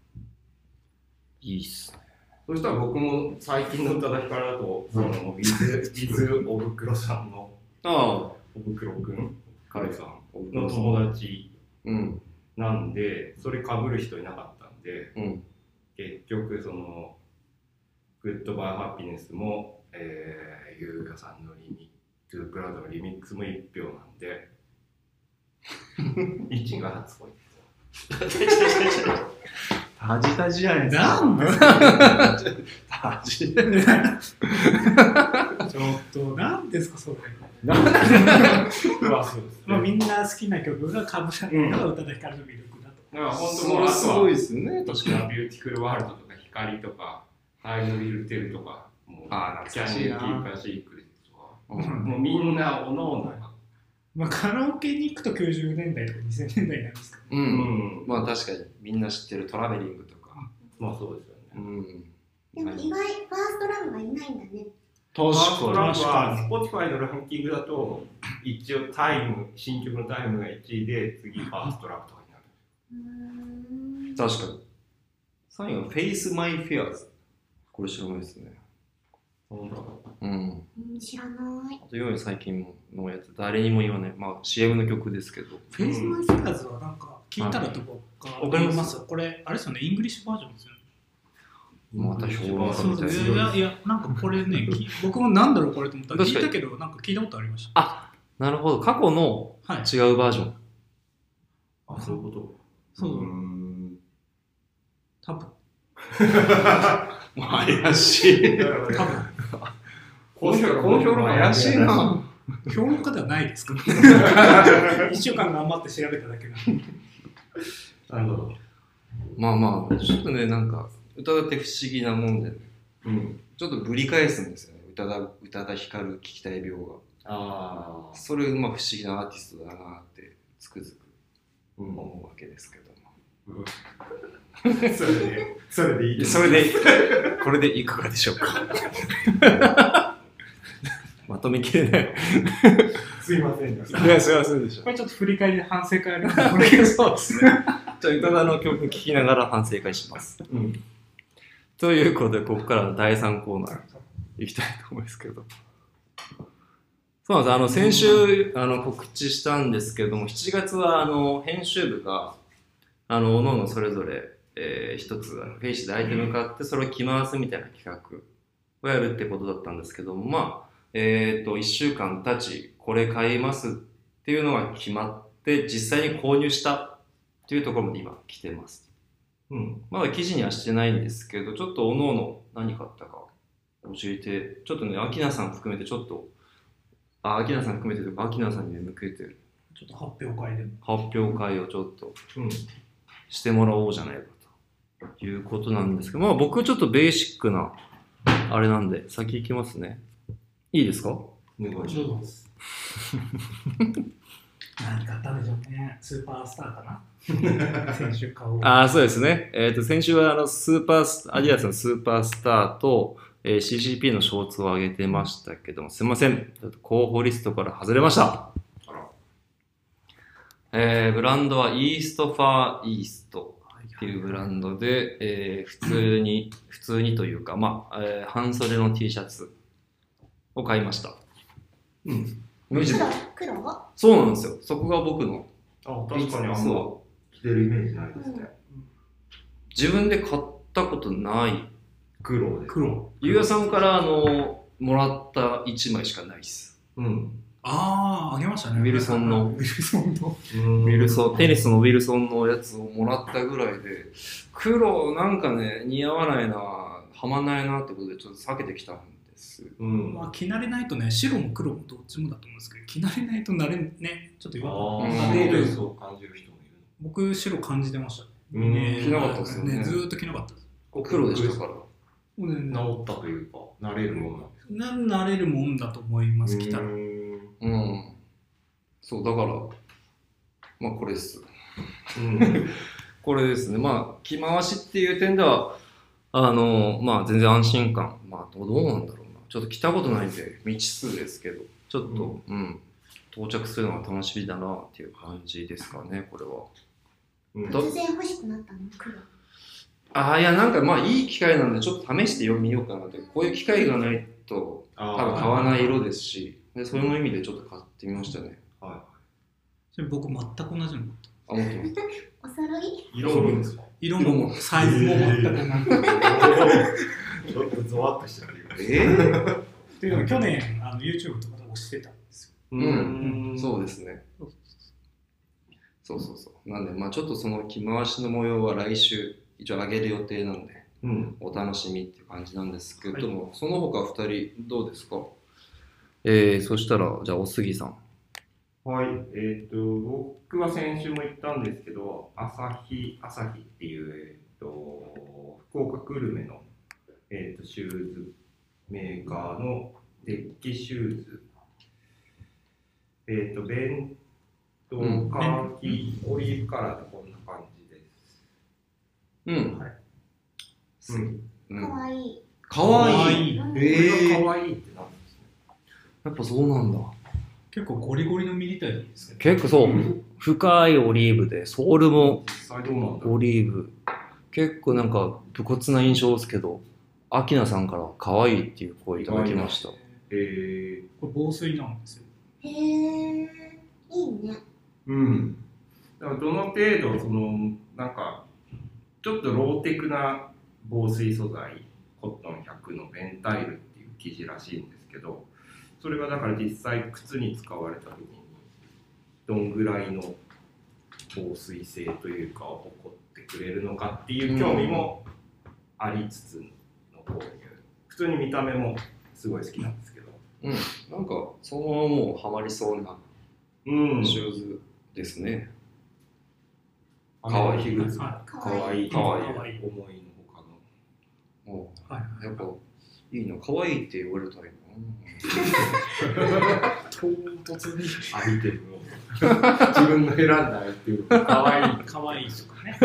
[SPEAKER 1] いいっすね。
[SPEAKER 3] そしたら僕も最近の宇多田ヒカルだと、その伊豆おぶくろさんのおぶくろくん、彼さんの友達なんで、それ被る人いなかったんで、結局そのグッドバイハピネスも、ゆうやさんのトゥープラウドのリミックスも1票なんで、1が初恋です。
[SPEAKER 1] タジタジじゃないです
[SPEAKER 2] か。なんで
[SPEAKER 1] タジ
[SPEAKER 2] ちょっと、なんですか、それ。まあみんな好きな曲がかぶらないのが宇多田ヒカルの魅力だと。
[SPEAKER 3] だから本当も
[SPEAKER 1] すごいですね。
[SPEAKER 3] 確かにビューティフルワールドとか光とか、アイドリルテルとか、もうキャニー・キーパーシークレットとか、もうみんなおのおの。
[SPEAKER 2] まあカラオケに行くと90年代とか2000年代なんですか。
[SPEAKER 1] まあ確かにみんな知ってるトラベリングとか。
[SPEAKER 3] まあそうですよね。
[SPEAKER 4] でも意外、ファーストラブがいないんだね。
[SPEAKER 3] 確かに。Spotify のランキングだと、一応新曲のタイムが1位で、次ファーストラブとかになる。
[SPEAKER 1] 確かに。3位は Face My Fears。これ知らないですね。
[SPEAKER 4] 知らない。
[SPEAKER 1] あと4位最近のやつ、誰にも言わない。まあ CM の曲ですけど。
[SPEAKER 2] Face My Fears はなんか聞いたらとかわかります。これ、あれですよね、イングリッシュバージョンですよね。
[SPEAKER 1] また評論家みたい
[SPEAKER 2] な。いや、なんかこれね、僕もなんだろうこれと思ったら聞いたけど、なんか聞いたことありました。
[SPEAKER 1] あ、なるほど。過去の違うバージョン。
[SPEAKER 3] あ、そういうこと。
[SPEAKER 2] そう。多分。
[SPEAKER 1] 怪しい。
[SPEAKER 2] 多分。
[SPEAKER 1] この評論怪しいな。
[SPEAKER 2] 評論家ではないですか1週間頑張って調べただけな
[SPEAKER 3] るほど。
[SPEAKER 1] まあまあ、ちょっとね、なんか、宇多田って不思議なもんで、ちょっとぶり返すんですよね。宇多田ヒカル聞きたい病が。それ、まあ不思議なアーティストだなってつくづく思うわけですけども。
[SPEAKER 3] それでいい。
[SPEAKER 1] それで、これでいかがでしょうか。ままとめきれない。
[SPEAKER 3] すいません。い
[SPEAKER 1] や、すいませんでした。
[SPEAKER 2] これちょっと振り返りで反省会ある
[SPEAKER 1] そうですね。じゃあ、宇多田の曲聴きながら反省会します。ということで、ここから第3コーナー行きたいと思うんですけど。そうなんです。先週、告知したんですけども、7月は、編集部が、おのおのそれぞれ、一つ、フェイスでアイテム買って、それを着回すみたいな企画をやるってことだったんですけども、まあ、1週間経ち、これ買いますっていうのが決まって、実際に購入したっていうところまで今来てます。まだ記事にはしてないんですけど、ちょっとおのおの何買ったか教えて、ちょっとね、アキナさん含めてちょっと、アキナさん含めてというか、アキナさんに向けて、
[SPEAKER 2] ちょっと発表会でも。
[SPEAKER 1] 発表会をちょっと、してもらおうじゃないかということなんですけど、まあ僕ちょっとベーシックな、あれなんで、先行きますね。いいですか？
[SPEAKER 3] お願いします。
[SPEAKER 2] 何買ったんでしょうね。スーパースターかな。先週買おう。
[SPEAKER 1] そうですね。先週はアディダスのスーパースターと、CCP のショーツを上げてましたけども、すいません。ちょっと候補リストから外れました。ブランドはイーストファーイーストっていうブランドで、普通にというか、まあ、半袖の T シャツを買いました。
[SPEAKER 4] 黒？
[SPEAKER 1] そうなんですよ。そこが僕の。
[SPEAKER 3] 確かにあんま着てるイメージないですね。
[SPEAKER 1] 自分で買ったことない。
[SPEAKER 3] 黒です。
[SPEAKER 1] ゆうやさんからもらった1枚しかないです。
[SPEAKER 2] あげましたね。
[SPEAKER 1] ウィルソンの。テニスのウィルソンのやつをもらったぐらいで、黒なんかね、似合わないな、はまんないなってことでちょっと避けてきたんです。
[SPEAKER 2] まあ、着慣れないとね、白も黒もどっちもだと思うんですけど、着慣れないとね、ちょっと違和感が出る。
[SPEAKER 3] そう感じる人もいる。
[SPEAKER 2] 僕、白感じてました
[SPEAKER 1] ね。着なかったですよね。
[SPEAKER 2] ずーっと着なかったです。
[SPEAKER 1] 黒でしたから。
[SPEAKER 3] 治ったというか、慣れるもんなんですか？
[SPEAKER 2] 慣れるもんだと思います、着たら。
[SPEAKER 1] そう、だから、まあこれです。これですね。まあ、着回しっていう点では、まあ全然安心感。まあどうなんだろうな。ちょっと着たことないんで、未知数ですけど、ちょっと、到着するのが楽しみだなっていう感じですかね、これは。
[SPEAKER 4] 突然欲しくなったの？黒。
[SPEAKER 1] いや、なんかまあいい機会なんで、ちょっと試してみようかなって。こういう機会がないと、多分買わない色ですし、でそういう意味でちょっと買ってみましたね。
[SPEAKER 2] それ僕全く同じの。
[SPEAKER 1] 持ってます。
[SPEAKER 4] お揃い？
[SPEAKER 3] 色もですか？
[SPEAKER 2] 色もサイズも全く同じ。
[SPEAKER 3] ちょっとゾワッとしてる。
[SPEAKER 2] っていうのは去年YouTube とかで押してたんです
[SPEAKER 1] よ。そうですね。そう。なんで、まあちょっとその着回しの模様は来週一応上げる予定なんで、お楽しみっていう感じなんですけども、その他2人どうですか？そしたら、じゃあお杉さん。
[SPEAKER 3] はい、僕は先週も言ったんですけど、朝日っていう、福岡久留米の、シューズメーカーのデッキシューズ、弁当、カーキ、オリーブカラーでこんな感じです。
[SPEAKER 4] かわいい。
[SPEAKER 1] かわいい。
[SPEAKER 3] これがかわいいってなんですね。
[SPEAKER 1] やっぱそうなんだ。
[SPEAKER 2] 結構ゴリゴリのミリタリーですね。
[SPEAKER 1] 結構そう、深いオリーブで、ソールもオリーブ。結構なんか武骨な印象ですけど、アキナさんから可愛いっていう声いただきました。
[SPEAKER 2] これ防水なんですよ。
[SPEAKER 4] へえ、いいね。
[SPEAKER 3] だからどの程度なんかちょっとローテクな防水素材、コットン100のベンタイルっていう生地らしいんですけど、それがだから実際靴に使われた時にどんぐらいの防水性というかを誇ってくれるのかっていう興味もありつつの購入。普通に見た目もすごい好きなんですけど、
[SPEAKER 1] なんかそのままもうハマりそうなシューズですね。かわいい。
[SPEAKER 3] かわいい。思いのほかの。
[SPEAKER 1] やっぱいいな、かわいいって言われたいな。
[SPEAKER 2] 唐突に
[SPEAKER 3] アイテムを自分の選んだアイテムをか
[SPEAKER 2] わいいとかね。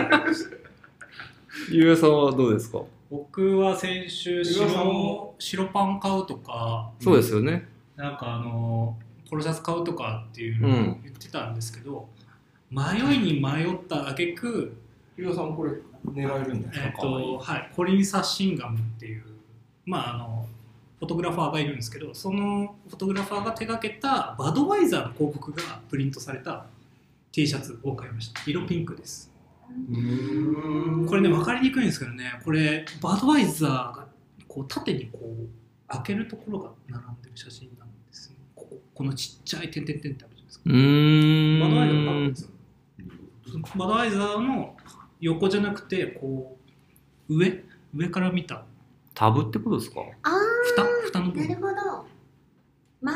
[SPEAKER 1] ゆうやさんはどうですか？
[SPEAKER 2] 僕は先週白パン買うとか、
[SPEAKER 1] そうですよね。
[SPEAKER 2] なんかポロシャツ買うとかっていうのを言ってたんですけど、迷いに迷った挙句、
[SPEAKER 3] ゆうやさんこれ狙えるんですか？
[SPEAKER 2] はい、コリン・サッシンガムっていう、フォトグラファーがいるんですけど、そのフォトグラファーが手掛けたバドワイザーの広告がプリントされた T シャツを買いました。色ピンクです。これね、分かりにくいんですけどね、これバドワイザーがこう縦にこう開けるところが並んでる写真なんですね。このちっちゃい点々点ってあるじゃないですか。バドワイザーの多分バドワイザーの横じゃなくてこう上から見た
[SPEAKER 1] タブってことですか？
[SPEAKER 2] 蓋の部分。
[SPEAKER 4] なるほど。真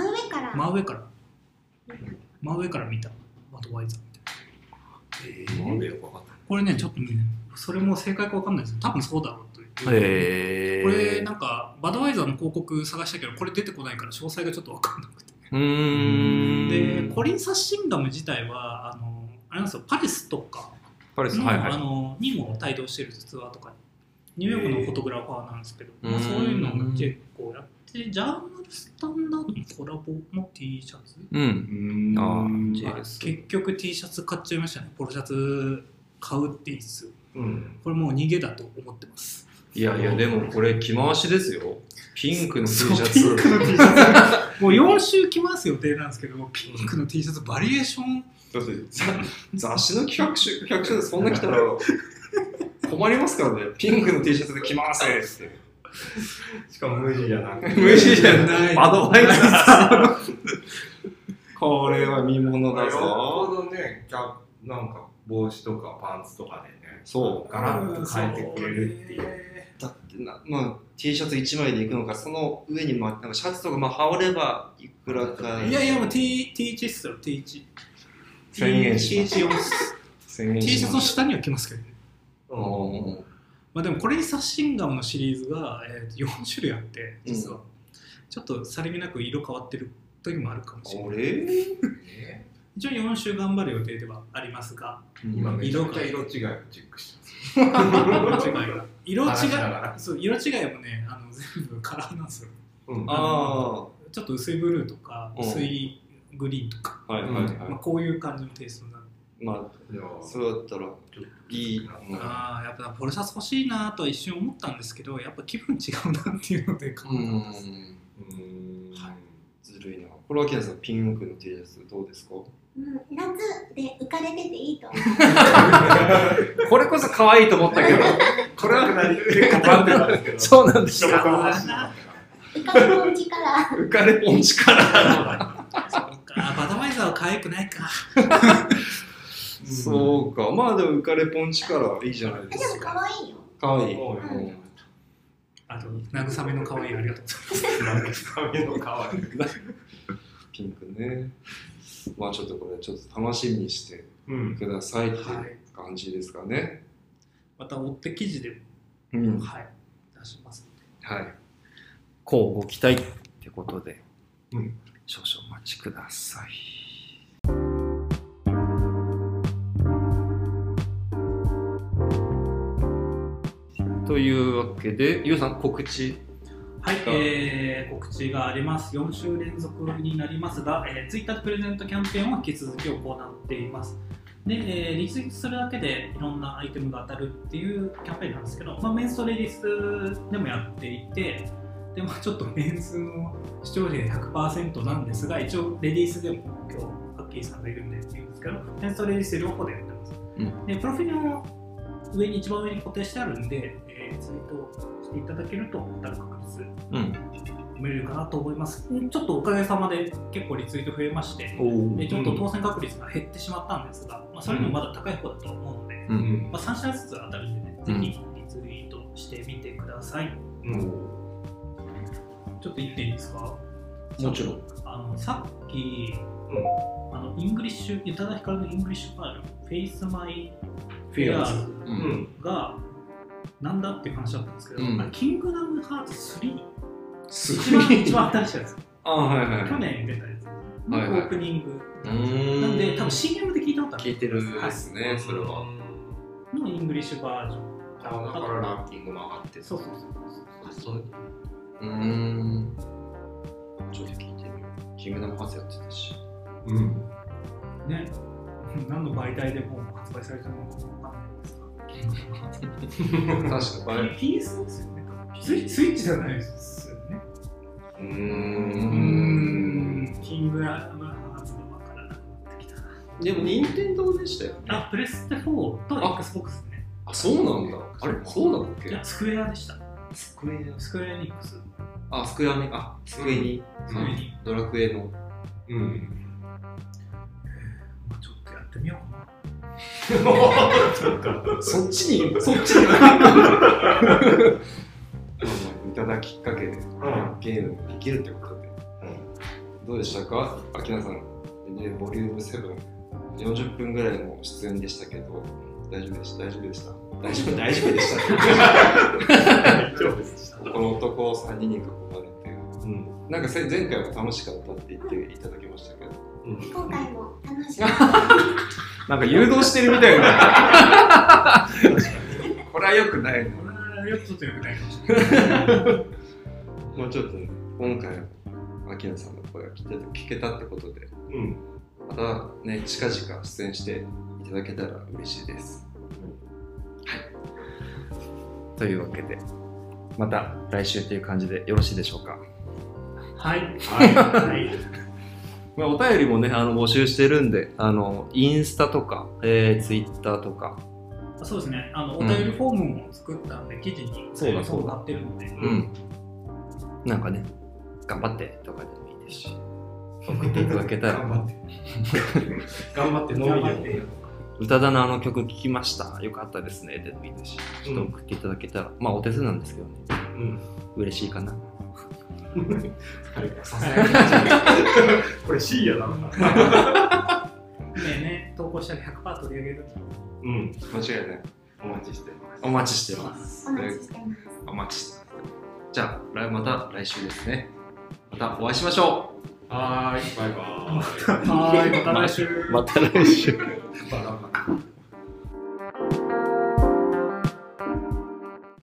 [SPEAKER 2] 上から見たバドワイザーみたいな。
[SPEAKER 3] なんでよくわかんない。
[SPEAKER 2] これね、ちょっとね、それも正解かわかんないですけど、多分そうだろうという。これなんかバドワイザーの広告探したけど、これ出てこないから詳細がちょっとわかんなくて。で、コリン・サッシンガム自体はあれなんですよ、パリスとかの、にも帯同してるツアーとかニューヨークのフォトグラファーなんですけど、そういうのを結構やって、ジャーナルスタンダードのコラボの T シャツ、結局 T シャツ買っちゃいましたね。ポロシャツ買うっていいっす、これもう逃げだと思ってます。
[SPEAKER 1] いやいや、でもこれ着回しですよ。ピンクの T シャツ
[SPEAKER 2] もう4週着ます予定なんですけど、ピンクの T シャツバリエーション
[SPEAKER 1] だって雑誌の企画書でそんな着たら困りますからね。ピンクの T シャツで着ますって。
[SPEAKER 3] しかも無地じゃなくて。
[SPEAKER 1] 無地じゃない。アドバイザー。これは見物だぞ。
[SPEAKER 3] よっぽどね、なんか帽子とかパンツとかでね、
[SPEAKER 1] そう
[SPEAKER 3] ガラッと変えてくれるっていう。
[SPEAKER 1] だってT シャツ1枚でいくのか、その上になんかシャツとか羽織ればいくらか。
[SPEAKER 2] いやもう T1 っすよ、T1。
[SPEAKER 1] 1000円します。
[SPEAKER 2] T シャツの下には着ますけどね。でもこれにサッシンガムのシリーズが、4種類あって、実は、ちょっとさりげなく色変わってる時もあるかもしれない。一応4週頑張る予定ではありますが、
[SPEAKER 3] 今めちゃくちゃ色違いをチェックしてます。
[SPEAKER 2] 色違いもね、全部カラーなんですよ。ちょっと薄いブルーとか薄いグリーンとか、こういう感じのテイストになる。
[SPEAKER 1] そうだったらいい。
[SPEAKER 2] やっぱポロシャツ欲しいなとは一瞬思ったんですけど、やっぱ気分違うなっていうので考えたんです。
[SPEAKER 1] ずるいな。これはキナさん、ピンクの T シャツどうですか？
[SPEAKER 4] 夏で浮かれてていいと思う。
[SPEAKER 1] これこそ可愛いと思ったけど、これは
[SPEAKER 3] 結構バンってたんですけど。
[SPEAKER 1] そうなんですか。
[SPEAKER 4] 浮かれポンチカラー。
[SPEAKER 1] 浮かれポンチカラ
[SPEAKER 2] ー。バドワイザーは可愛くないか。
[SPEAKER 1] そうか。まあでも浮かれポンチカラーいいじゃないですか。
[SPEAKER 4] でも可愛いよ。
[SPEAKER 1] 可愛い。
[SPEAKER 2] あと慰めの可愛いありがとうございます。
[SPEAKER 3] 慰めの可愛い。
[SPEAKER 1] ピンクね。まあちょっとこれちょっと楽しみにしてくださいっていう感じですかね。
[SPEAKER 2] また追って記事で出しますので。はい。
[SPEAKER 1] こうご期待ってことで、少々お待ちください。というわけで、ゆうさん告知。
[SPEAKER 2] はい、告知があります。4週連続になりますが、Twitter でプレゼントキャンペーンを引き続き行っています。で、リツイートするだけでいろんなアイテムが当たるっていうキャンペーンなんですけど、メンスとレディースでもやっていて、でちょっとメンスの視聴率 100% なんですが、一応レディースでも今日ハッキーさんがいるんでって言うんですけど、メンスとレディース両方でやってます。でプロフィールの一番上に固定してあるんで、ツイートしていただけると当たる確率見れるかなと思います。ちょっとおかげさまで結構リツイート増えまして、ちょっと当選確率が減ってしまったんですが、それでもまだ高い方だと思うので、3社ずつ当たるんでね、ぜひリツイートしてみてください。ちょっと言っていいですか？
[SPEAKER 1] もちろん。
[SPEAKER 2] さっき、イングリッシュ、宇多田ヒカルのイングリッシュバージョン、フェイスマイフェアーズがなんだっていう話だったんですけど、キングダムハーツ3、一番新しいやつ。去年出たやつのオープニング。なんで、多分 CM で聞いたことある。
[SPEAKER 1] 聞いてるですね、それは。
[SPEAKER 2] のイングリッシュバージョン。
[SPEAKER 3] だからランキングも上がって。
[SPEAKER 2] そう。
[SPEAKER 1] ちょっと聞いてみよう。 姫玉発やってたし。
[SPEAKER 2] ね、何の媒体でもう発売されたのか分かんないですか。
[SPEAKER 1] 確かに。
[SPEAKER 2] PS ですよね。スイッチじゃないですよね。キングアマハーツの分からなくなってきた。
[SPEAKER 1] でも任天堂でしたよね。
[SPEAKER 2] あ、プレステ4と Xbox ね。
[SPEAKER 1] あ、そうなんだ。あれ、そうだっけ？
[SPEAKER 2] いや、スクエアでした。
[SPEAKER 1] スクエア？
[SPEAKER 2] スクエアニックス。
[SPEAKER 1] あ、スクエアね。あ、スクエニ。ドラクエの。
[SPEAKER 2] まあちょっとやってみようかな。
[SPEAKER 1] そっちにいただきっかけでゲームできるってことで、どうでしたか、アキナさん。ボリューム7、40分ぐらいの出演でしたけど、大丈夫でした。この男3人に囲まれて、なんか前回も楽しかったって言っていただきましたけど、
[SPEAKER 4] 今回も楽しかった。
[SPEAKER 1] なんか誘導してるみたいな。これは良くないね。
[SPEAKER 2] ちょっと良くないかもしれない。
[SPEAKER 1] もうちょっとね、今回アキナさんの声が聞けたってことで、またね、近々出演していただけたら嬉しいです。はい。というわけで、また来週という感じでよろしいでしょうか。
[SPEAKER 2] はい。
[SPEAKER 1] まあ、お便りもね、募集してるんで、インスタとか、ツイッターとか。
[SPEAKER 2] そうですね。お便りフォームも作ったんで、記事にそう貼ってるので。
[SPEAKER 1] なんかね、頑張ってとかでもいいですし、送っていただけたら。
[SPEAKER 3] 頑張って飲みで。
[SPEAKER 1] 宇多田のあの曲聴きました。よかったですね。でもいいですし、ちょっと送っていただけたら、まあお手数なんですけどね。嬉しいかな。
[SPEAKER 3] これ C やな。
[SPEAKER 2] ね、投稿したら 100% 取り上げる。
[SPEAKER 1] 間違いない。
[SPEAKER 3] お待ちしてます。
[SPEAKER 1] お待ちしてます。
[SPEAKER 4] お待ちしてます。
[SPEAKER 1] じゃあ、また来週ですね。またお会いしましょ
[SPEAKER 3] う。バイバーイ。
[SPEAKER 2] また来週。
[SPEAKER 1] また来週。
[SPEAKER 3] バイバイ。